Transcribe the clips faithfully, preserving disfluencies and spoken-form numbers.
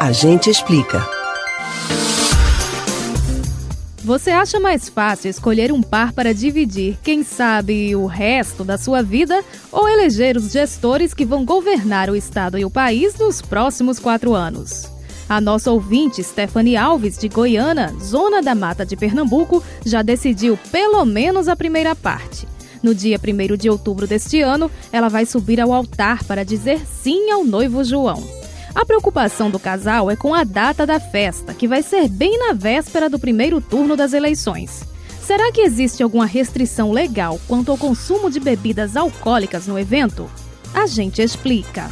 A gente explica. Você acha mais fácil escolher um par para dividir, quem sabe, o resto da sua vida, ou eleger os gestores que vão governar o estado e o país nos próximos quatro anos? A nossa ouvinte, Stephanie Alves, de Goiânia, zona da Mata de Pernambuco, já decidiu pelo menos a primeira parte. No dia primeiro de outubro deste ano, ela vai subir ao altar para dizer sim ao noivo João. A preocupação do casal é com a data da festa, que vai ser bem na véspera do primeiro turno das eleições. Será que existe alguma restrição legal quanto ao consumo de bebidas alcoólicas no evento? A gente explica.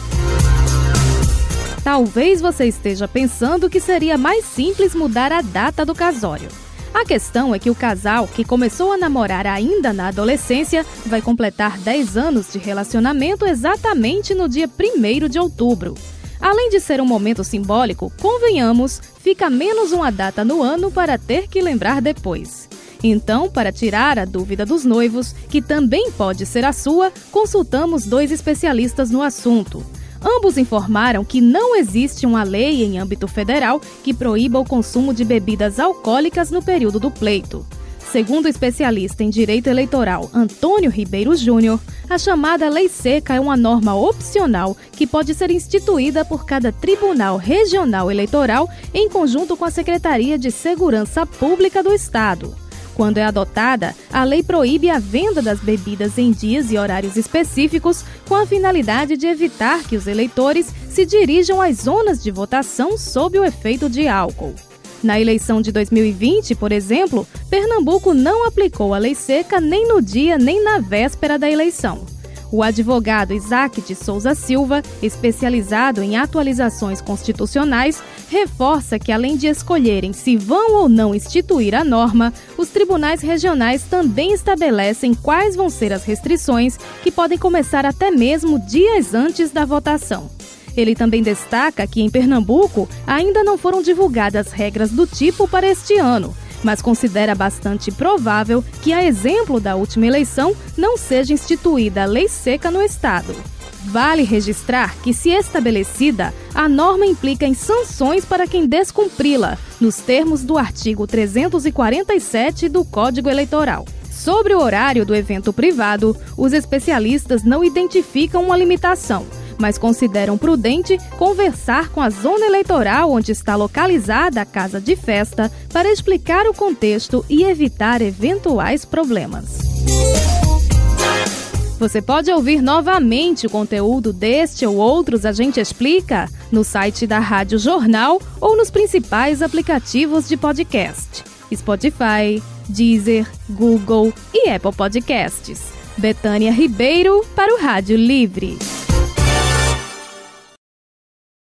Talvez você esteja pensando que seria mais simples mudar a data do casório. A questão é que o casal, que começou a namorar ainda na adolescência, vai completar dez anos de relacionamento exatamente no dia primeiro de outubro. Além de ser um momento simbólico, convenhamos, fica menos uma data no ano para ter que lembrar depois. Então, para tirar a dúvida dos noivos, que também pode ser a sua, consultamos dois especialistas no assunto. Ambos informaram que não existe uma lei em âmbito federal que proíba o consumo de bebidas alcoólicas no período do pleito. Segundo o especialista em direito eleitoral Antônio Ribeiro Júnior, a chamada lei seca é uma norma opcional que pode ser instituída por cada Tribunal Regional Eleitoral em conjunto com a Secretaria de Segurança Pública do Estado. Quando é adotada, a lei proíbe a venda das bebidas em dias e horários específicos com a finalidade de evitar que os eleitores se dirijam às zonas de votação sob o efeito de álcool. Na eleição de dois mil e vinte, por exemplo, Pernambuco não aplicou a lei seca nem no dia nem na véspera da eleição. O advogado Isaac de Souza Silva, especializado em atualizações constitucionais, reforça que, além de escolherem se vão ou não instituir a norma, os tribunais regionais também estabelecem quais vão ser as restrições, que podem começar até mesmo dias antes da votação. Ele também destaca que, em Pernambuco, ainda não foram divulgadas regras do tipo para este ano, mas considera bastante provável que, a exemplo da última eleição, não seja instituída a lei seca no estado. Vale registrar que, se estabelecida, a norma implica em sanções para quem descumpri-la, nos termos do artigo trezentos e quarenta e sete do Código Eleitoral. Sobre o horário do evento privado, os especialistas não identificam uma limitação, mas consideram prudente conversar com a zona eleitoral onde está localizada a casa de festa para explicar o contexto e evitar eventuais problemas. Você pode ouvir novamente o conteúdo deste ou outros A Gente Explica no site da Rádio Jornal ou nos principais aplicativos de podcast: Spotify, Deezer, Google e Apple Podcasts. Betânia Ribeiro para o Rádio Livre.